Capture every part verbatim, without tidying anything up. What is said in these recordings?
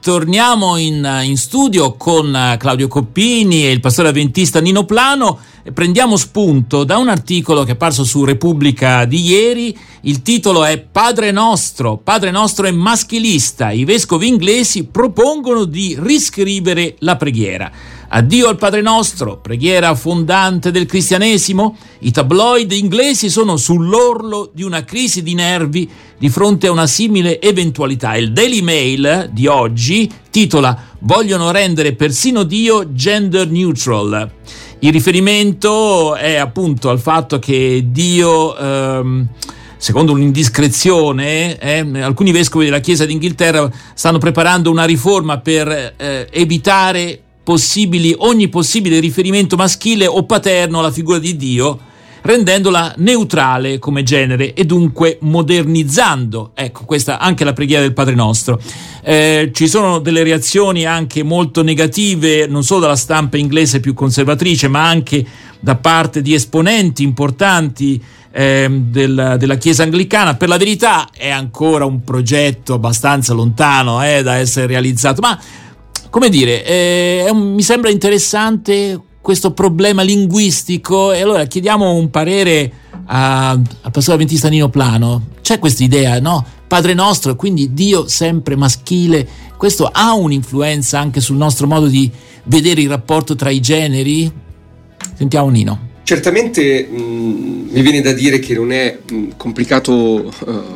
torniamo in, in studio con Claudio Coppini e il pastore avventista Nino Plano. Prendiamo spunto da un articolo che è apparso su Repubblica di ieri. Il titolo è Padre Nostro, Padre Nostro è maschilista. I vescovi inglesi propongono di riscrivere la preghiera. Addio al Padre Nostro, preghiera fondante del cristianesimo. I tabloid inglesi sono sull'orlo di una crisi di nervi di fronte a una simile eventualità. Il Daily Mail di oggi titola Vogliono rendere persino Dio gender neutral. Il riferimento è appunto al fatto che Dio, ehm, secondo un'indiscrezione, eh, alcuni vescovi della Chiesa d'Inghilterra stanno preparando una riforma per eh, evitare possibili, ogni possibile riferimento maschile o paterno alla figura di Dio, rendendola neutrale come genere e dunque modernizzando, ecco, questa anche la preghiera del Padre Nostro. Eh, ci sono delle reazioni anche molto negative, non solo dalla stampa inglese più conservatrice, ma anche da parte di esponenti importanti eh, del, della Chiesa anglicana. Per la verità è ancora un progetto abbastanza lontano eh, da essere realizzato, ma come dire, eh, è un, mi sembra interessante questo problema linguistico, e allora chiediamo un parere a, al pastore avventista Nino Plano. C'è questa idea, no? Padre Nostro, quindi Dio sempre maschile, questo ha un'influenza anche sul nostro modo di vedere il rapporto tra i generi? Sentiamo Nino. Certamente mh, mi viene da dire che non è mh, complicato uh,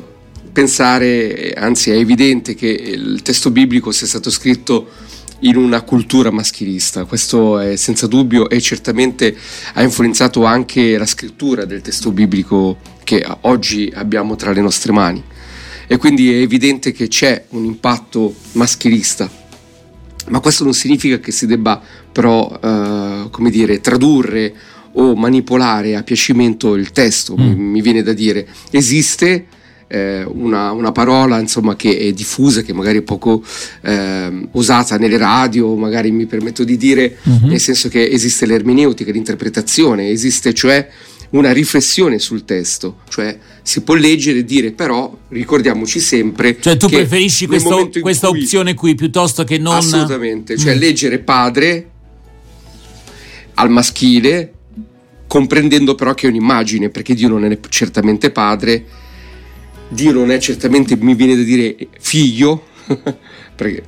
pensare, anzi è evidente che il testo biblico sia stato scritto in una cultura maschilista. Questo è senza dubbio, e certamente ha influenzato anche la scrittura del testo biblico che oggi abbiamo tra le nostre mani, e quindi è evidente che c'è un impatto maschilista, ma questo non significa che si debba però eh, come dire tradurre o manipolare a piacimento il testo. mm. mi, mi viene da dire, esiste Eh, una, una parola insomma che è diffusa, che magari è poco eh, usata nelle radio, magari mi permetto di dire, mm-hmm. nel senso che esiste l'ermeneutica, l'interpretazione, esiste cioè una riflessione sul testo, cioè si può leggere e dire, però ricordiamoci sempre, cioè tu che preferisci questo, questa cui, opzione qui piuttosto che non assolutamente, cioè mm. leggere padre al maschile, comprendendo però che è un'immagine, perché Dio non è certamente padre, Dio non è certamente, mi viene da dire, figlio, perché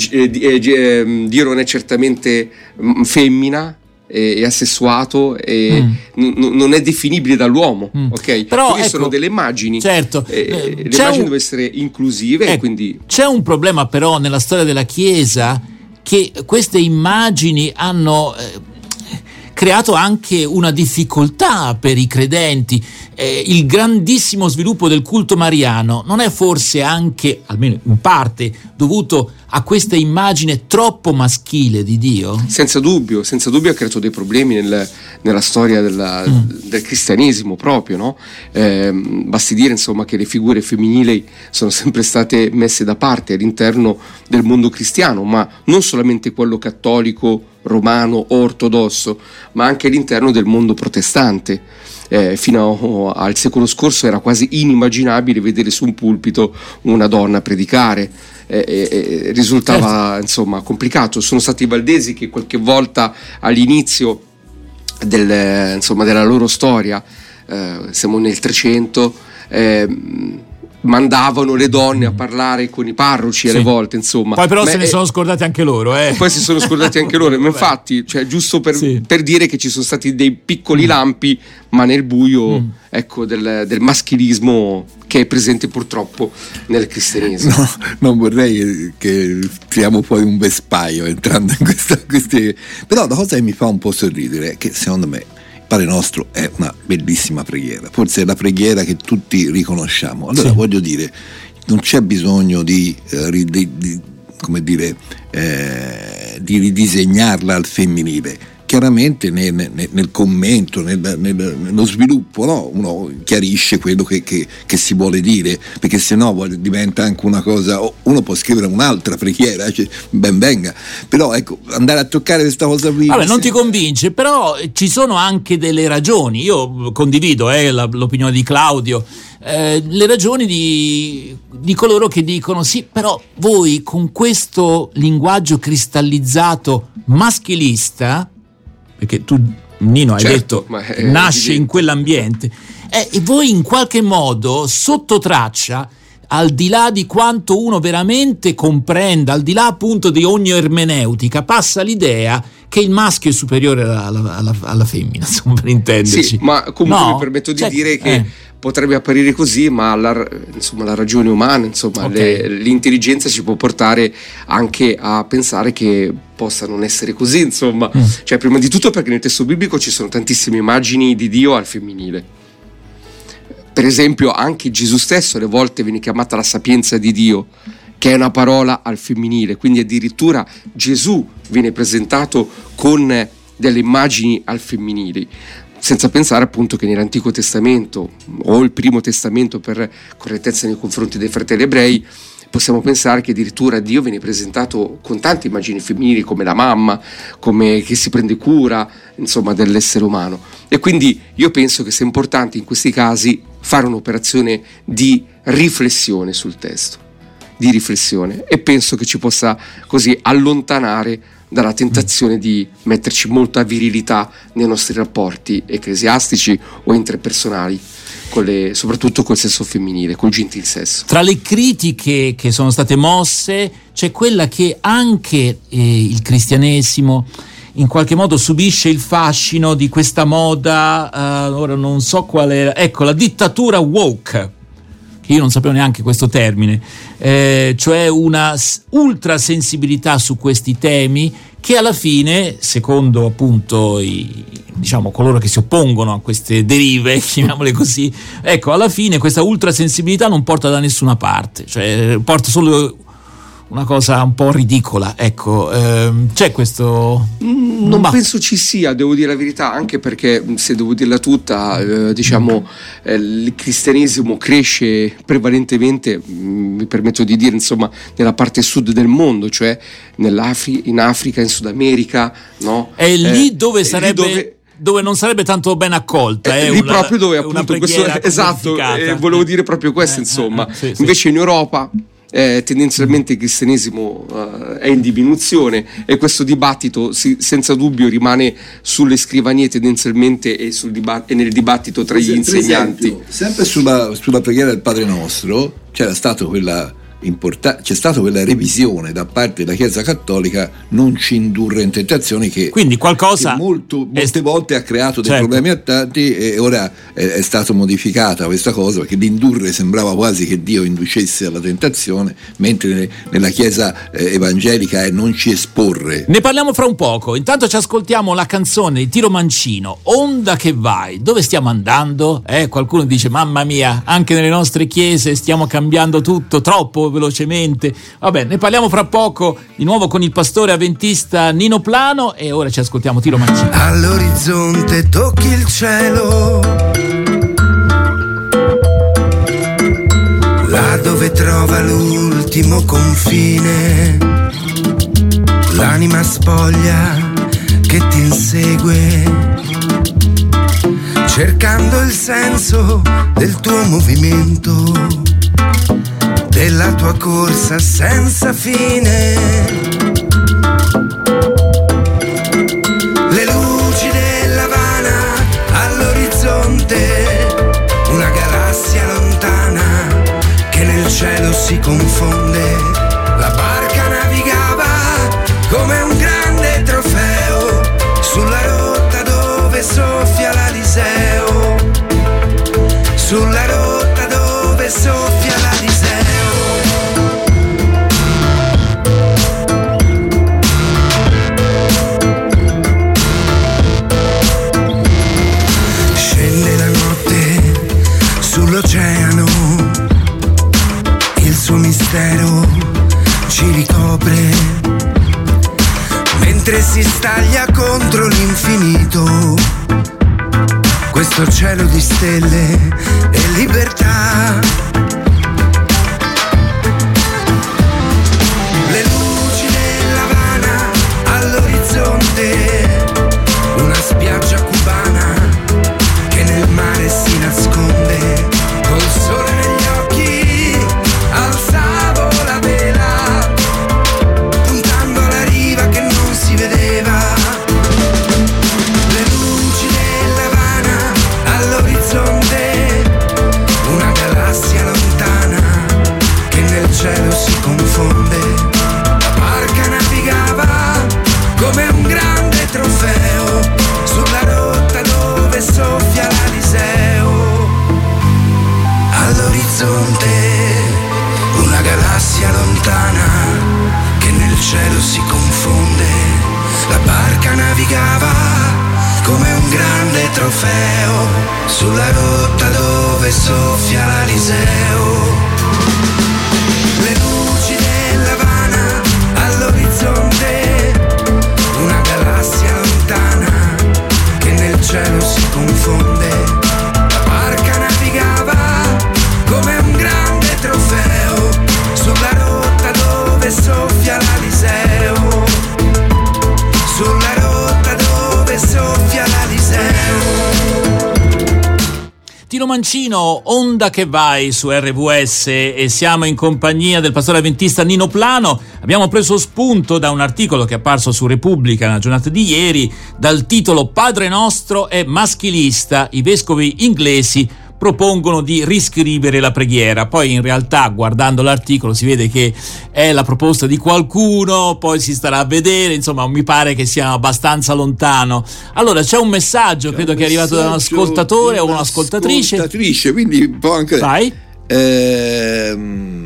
eh, Dio non è certamente femmina e, e assessuato e mm. n- non è definibile dall'uomo, mm. ok? Però quindi ecco, sono delle immagini, certo, eh, le c'è immagini un, devono essere inclusive, ecco, e quindi c'è un problema però nella storia della Chiesa, che queste immagini hanno eh, creato anche una difficoltà per i credenti. Eh, il grandissimo sviluppo del culto mariano non è forse anche, almeno in parte, dovuto a questa immagine troppo maschile di Dio? Senza dubbio, senza dubbio ha creato dei problemi nel, nella storia della, mm. del cristianesimo proprio, no? Eh, basti dire insomma che le figure femminili sono sempre state messe da parte all'interno del mondo cristiano, ma non solamente quello cattolico, romano o ortodosso, ma anche all'interno del mondo protestante. Eh, fino al secolo scorso era quasi inimmaginabile vedere su un pulpito una donna predicare, eh, eh, risultava certo. insomma complicato. Sono stati i valdesi che qualche volta all'inizio del, insomma, della loro storia, eh, siamo nel trecento, eh, mandavano le donne a parlare con i parroci alle sì. volte, insomma. Poi però ma se ne è, sono scordati anche loro, eh. Poi si sono scordati anche loro, ma infatti, cioè, giusto per, sì. per dire che ci sono stati dei piccoli mm. lampi, ma nel buio, mm. ecco, del, del maschilismo che è presente purtroppo nel cristianesimo. No, non vorrei che tiriamo poi un vespaio entrando in questa queste. Però la cosa che mi fa un po' sorridere è che secondo me Padre Nostro è una bellissima preghiera, forse è la preghiera che tutti riconosciamo. Allora sì. voglio dire, non c'è bisogno di, eh, di, di come dire, eh, di ridisegnarla al femminile. Chiaramente nel, nel, nel commento, nel, nel, nello sviluppo, no? Uno chiarisce quello che, che, che si vuole dire, perché sennò diventa anche una cosa, uno può scrivere un'altra preghiera, cioè, ben venga, però ecco, andare a toccare questa cosa qui. Vabbè, non ti convince, però ci sono anche delle ragioni. Io condivido eh, la, l'opinione di Claudio. eh, le ragioni di, di coloro che dicono sì, però voi con questo linguaggio cristallizzato maschilista, perché tu Nino hai certo, detto ma è nasce evidente. in quell'ambiente, eh, e voi in qualche modo sotto traccia, al di là di quanto uno veramente comprenda, al di là appunto di ogni ermeneutica, passa l'idea che il maschio è superiore alla, alla, alla femmina, insomma, per intenderci. Sì, ma comunque no? mi permetto di cioè, dire che eh. potrebbe apparire così, ma la, insomma, la ragione umana, insomma, Okay. le, l'intelligenza ci può portare anche a pensare che possa non essere così, insomma. Mm. Cioè, prima di tutto perché nel testo biblico ci sono tantissime immagini di Dio al femminile. Per esempio, anche Gesù stesso alle volte viene chiamata la sapienza di Dio, che è una parola al femminile, quindi addirittura Gesù viene presentato con delle immagini al femminile, senza pensare appunto che nell'Antico Testamento o il Primo Testamento, per correttezza nei confronti dei fratelli ebrei, possiamo pensare che addirittura Dio viene presentato con tante immagini femminili, come la mamma, come che si prende cura, insomma, dell'essere umano. E quindi io penso che sia importante in questi casi fare un'operazione di riflessione sul testo, di riflessione, e penso che ci possa così allontanare dalla tentazione di metterci molta virilità nei nostri rapporti ecclesiastici o interpersonali, con le, soprattutto col sesso femminile, col gentil sesso. Tra le critiche che sono state mosse c'è quella che anche eh, il cristianesimo in qualche modo subisce il fascino di questa moda, uh, ora non so qual era, ecco, la dittatura woke, che io non sapevo neanche questo termine, eh, cioè una ultra sensibilità su questi temi che alla fine, secondo appunto i, diciamo, coloro che si oppongono a queste derive, chiamiamole così, ecco, alla fine questa ultra sensibilità non porta da nessuna parte, cioè porta solo una cosa un po' ridicola, ecco, ehm, c'è questo... Mm, non penso ci sia, devo dire la verità, anche perché, se devo dirla tutta, eh, diciamo, eh, il cristianesimo cresce prevalentemente, mm, mi permetto di dire, insomma, nella parte sud del mondo, cioè nell'Afri- in Africa, in Sud America, no? È lì Eh, dove è sarebbe... lì dove... dove non sarebbe tanto ben accolta, Eh, è lì una, proprio dove una appunto questo, preghiera esatto, eh, volevo dire proprio questo, Eh, insomma. eh, eh, sì, sì. Invece in Europa eh, tendenzialmente il cristianesimo eh, è in diminuzione, e questo dibattito si, senza dubbio rimane sulle scrivanie tendenzialmente e, sul diba- e nel dibattito tra gli Per insegnanti. esempio, sempre sulla, sulla preghiera del Padre Nostro c'era stato quella Importa- c'è stata quella revisione da parte della Chiesa Cattolica: non ci indurre in tentazioni, che quindi qualcosa che molto, molte è... volte ha creato dei certo. problemi a tanti, e ora è, è stata modificata questa cosa, perché l'indurre sembrava quasi che Dio inducesse alla tentazione, mentre nella Chiesa eh, evangelica è non ci esporre. Ne parliamo fra un poco, intanto ci ascoltiamo la canzone di Tiro Mancino, Onda che vai. Dove stiamo andando? Eh, qualcuno dice mamma mia, anche nelle nostre chiese stiamo cambiando tutto troppo velocemente. Vabbè, ne parliamo fra poco di nuovo con il pastore avventista Nino Plano, e ora ci ascoltiamo Tiro Mancino. All'orizzonte tocchi il cielo, là dove trova l'ultimo confine, l'anima spoglia che ti insegue, cercando il senso del tuo movimento, della tua corsa senza fine. Le luci dell'Havana all'orizzonte, una galassia lontana che nel cielo si confonde. La barca navigava come un grande trofeo sulla rotta dove soffia l'Aliseo, sulla rotta dove soffia l'Aliseo. Sull'oceano il suo mistero ci ricopre, mentre si staglia contro l'infinito questo cielo di stelle e libertà. Le luci dell'Havana all'orizzonte, una spiaggia cubana che nel mare si nasconde col sole cielo si confonde, la barca navigava come un grande trofeo sulla rotta dove soffia l'Aliseo. Le luci dell'Havana all'orizzonte, una galassia lontana che nel cielo si confonde. La barca navigava come un grande trofeo sulla rotta dove soffia l'Aliseo. Sulla rotta dove soffia l'Aliseo. Tino Mancino, Onda che vai su R V S, e siamo in compagnia del pastore avventista Nino Plano. Abbiamo preso spunto da un articolo che è apparso su Repubblica nella giornata di ieri dal titolo Padre nostro è maschilista, i vescovi inglesi propongono di riscrivere la preghiera. Poi in realtà, guardando l'articolo, si vede che è la proposta di qualcuno, poi si starà a vedere, insomma mi pare che sia abbastanza lontano. Allora c'è un messaggio, c'è credo un che è arrivato da un ascoltatore o un'ascoltatrice. Ascoltatrice, quindi può anche... Vai. Eh,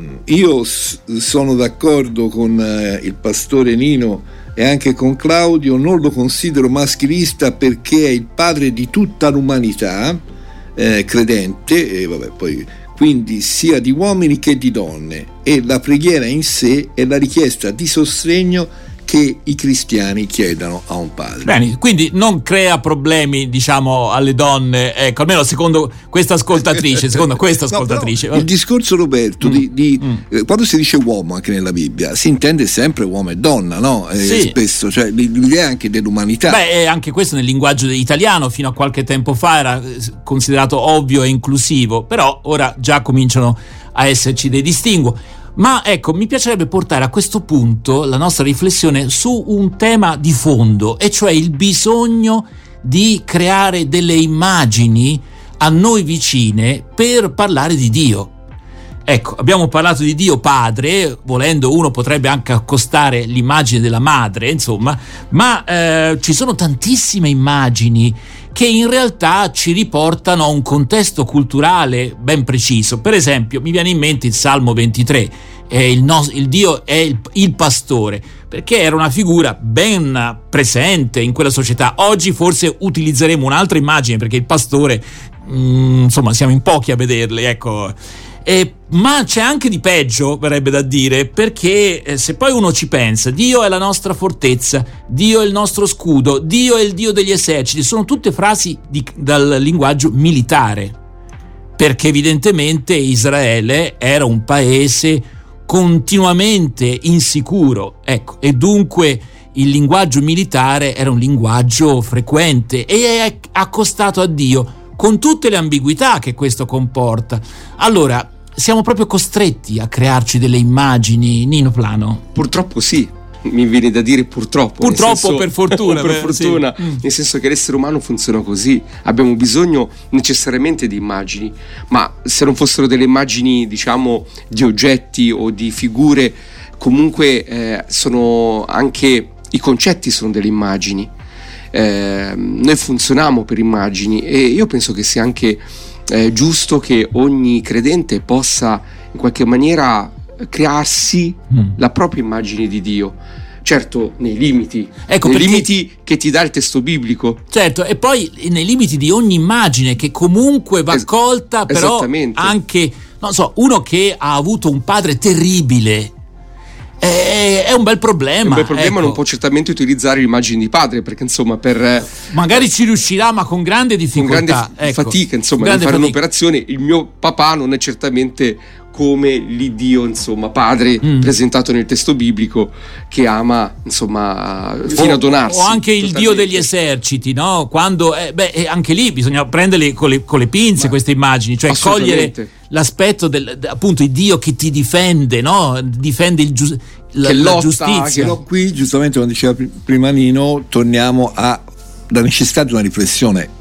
io sono d'accordo con eh, il pastore Nino e anche con Claudio, non lo considero maschilista perché è il padre di tutta l'umanità, Eh, credente, e vabbè, poi quindi sia di uomini che di donne, e la preghiera in sé è la richiesta di sostegno che i cristiani chiedano a un padre. Bene, quindi non crea problemi, diciamo, alle donne, ecco, almeno secondo questa ascoltatrice, secondo questa ascoltatrice. No, il discorso, Roberto, mm. di, di mm. eh, quando si dice uomo anche nella Bibbia si intende sempre uomo e donna, no? Eh, sì. Spesso, cioè l'idea anche dell'umanità. Beh, anche questo nel linguaggio italiano fino a qualche tempo fa era considerato ovvio e inclusivo, però ora già cominciano a esserci dei distinguo. Ma ecco, mi piacerebbe portare a questo punto la nostra riflessione su un tema di fondo, e cioè il bisogno di creare delle immagini a noi vicine per parlare di Dio. Ecco, abbiamo parlato di Dio Padre, volendo uno potrebbe anche accostare l'immagine della madre, insomma, ma eh, ci sono tantissime immagini che in realtà ci riportano a un contesto culturale ben preciso. Per esempio, mi viene in mente il Salmo ventitré, eh, il, no, il Dio è il, il pastore, perché era una figura ben presente in quella società. Oggi forse utilizzeremo un'altra immagine, perché il pastore, mh, insomma, siamo in pochi a vederli, ecco. Eh, ma c'è anche di peggio, verrebbe da dire, perché eh, se poi uno ci pensa, Dio è la nostra fortezza, Dio è il nostro scudo, Dio è il Dio degli eserciti, sono tutte frasi di, dal linguaggio militare, perché evidentemente Israele era un paese continuamente insicuro, ecco, e dunque il linguaggio militare era un linguaggio frequente e è accostato a Dio con tutte le ambiguità che questo comporta. Allora, siamo proprio costretti a crearci delle immagini, Nino Plano? Purtroppo sì, mi viene da dire purtroppo. Purtroppo, senso, per fortuna. per fortuna, sì. Nel senso che l'essere umano funziona così, abbiamo bisogno necessariamente di immagini, ma se non fossero delle immagini, diciamo, di oggetti o di figure, comunque eh, sono anche, i concetti sono delle immagini. Eh, noi funzioniamo per immagini, e io penso che sia anche eh, giusto che ogni credente possa in qualche maniera crearsi mm. la propria immagine di Dio, certo nei limiti, ecco, nei perché, limiti che ti dà il testo biblico, certo, e poi nei limiti di ogni immagine che comunque va es- colta, però anche, non so, uno che ha avuto un padre terribile È, è un bel problema. È un bel problema, ecco. Non può certamente utilizzare l'immagine di padre, perché insomma per magari ci riuscirà, ma con grande difficoltà, con grande ecco. fatica, insomma, grande di fare fatica. un'operazione. Il mio papà non è certamente come l'Iddio, insomma, padre mm. presentato nel testo biblico, che ama, insomma, fino o, a donarsi. O anche il totalmente. Dio degli eserciti, no? Quando eh, beh, anche lì bisogna prenderle con le, con le pinze, ma queste immagini, cioè cogliere l'aspetto del, appunto, il Dio che ti difende, no? Difende il giu- la, che lotta, la giustizia. Però qui, giustamente, come diceva prima Nino, torniamo alla necessità di una riflessione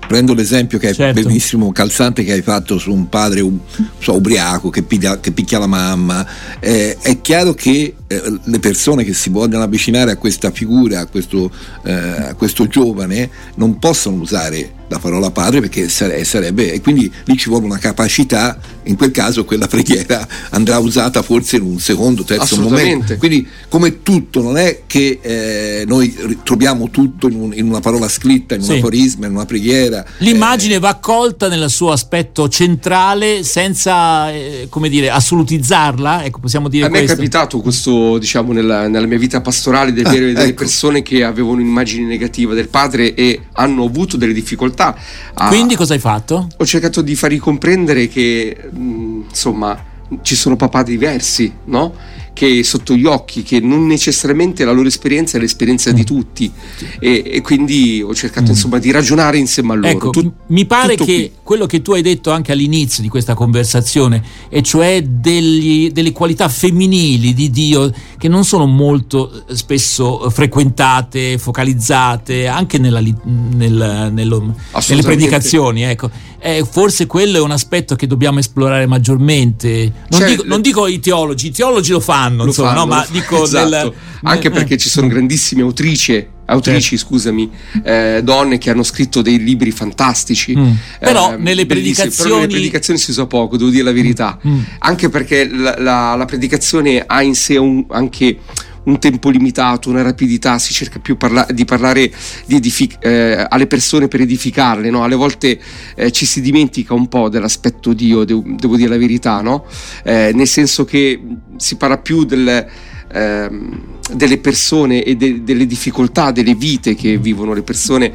prendo l'esempio che è certo. benissimo, calzante, che hai fatto su un padre un, so, ubriaco che picchia, che picchia la mamma. Eh, è chiaro che eh, le persone che si vogliono avvicinare a questa figura, a questo, eh, a questo giovane, non possono usare la parola padre, perché sarebbe, e quindi lì ci vuole una capacità. In quel caso quella preghiera andrà usata forse in un secondo, terzo momento. Quindi, come tutto, non è che eh, noi troviamo tutto in, un, in una parola scritta, in un sì. aforisma, in una preghiera. L'immagine eh, va colta nel suo aspetto centrale senza eh, come dire, assolutizzarla, ecco, possiamo dire a questo. Me è capitato questo, diciamo, nella, nella mia vita pastorale, di avere ah, delle ecco. persone che avevano un'immagine negativa del padre e hanno avuto delle difficoltà. A, Quindi cosa hai fatto? Ho cercato di fargli comprendere che mh, insomma ci sono papà diversi, no? Che sotto gli occhi, che non necessariamente la loro esperienza è l'esperienza mm. di tutti, e, e quindi ho cercato mm. insomma di ragionare insieme a loro. Ecco, tu, mi pare che qui. quello che tu hai detto anche all'inizio di questa conversazione, e cioè degli, delle qualità femminili di Dio che non sono molto spesso frequentate, focalizzate anche nella, nel, nello, nelle predicazioni, ecco. Eh, forse quello è un aspetto che dobbiamo esplorare maggiormente. Non, cioè, dico, non dico i teologi, i teologi lo fanno, lo insomma, fanno, no, ma dico esatto. nel, anche nel, perché eh. ci sono grandissime autrici autrici certo. scusami eh, donne che hanno scritto dei libri fantastici, mm. però eh, nelle predicazioni però nelle predicazioni si usa poco, devo dire la verità, mm. anche perché la, la, la predicazione ha in sé un, anche un tempo limitato, una rapidità, si cerca più parla- di parlare di edific- eh, alle persone per edificarle, no? Alle volte eh, ci si dimentica un po' dell'aspetto Dio, de- devo dire la verità, no? Eh, nel senso che si parla più del, ehm, delle persone e de- delle difficoltà, delle vite che vivono le persone,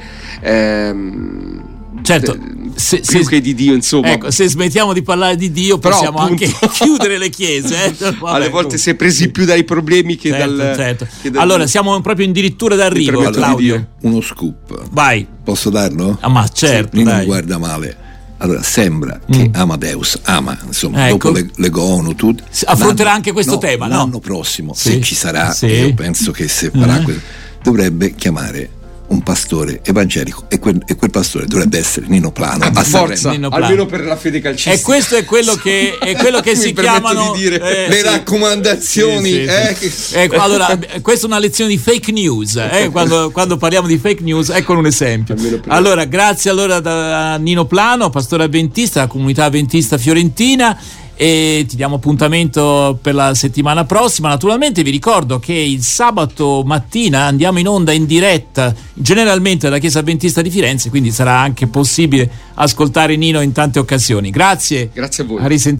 ehm, certo, se, più se, che di Dio, insomma. Ecco, se smettiamo di parlare di Dio possiamo però, anche chiudere le chiese. Eh? Vabbè, alle volte si è presi più dai problemi che certo, dal, certo. Che dal allora siamo proprio addirittura d'arrivo, allora, Claudio. Uno scoop. Vai. Posso darlo? Ah, ma certo. Sì, non guarda male. Allora sembra mm. che Amadeus ama, insomma, ecco. dopo le, le Gono tutto, affronterà l'anno, anche questo no, tema, l'anno no? prossimo, sì. se ci sarà, sì. io penso che se farà mm. quello, dovrebbe chiamare un pastore evangelico, e quel, e quel pastore dovrebbe essere Nino Plano, a forza, Nino Plano. Almeno per la fede calcistica. E questo è quello che, è quello che si chiamano di dire, eh, le sì. raccomandazioni. Sì, sì, sì. Eh, allora, questa è una lezione di fake news. Eh, quando, quando parliamo di fake news, ecco un esempio. Allora, grazie allora da Nino Plano, pastore avventista, della comunità avventista fiorentina. E ti diamo appuntamento per la settimana prossima. Naturalmente vi ricordo che il sabato mattina andiamo in onda in diretta generalmente dalla Chiesa Adventista di Firenze, quindi sarà anche possibile ascoltare Nino in tante occasioni. Grazie. Grazie a voi. A risentire.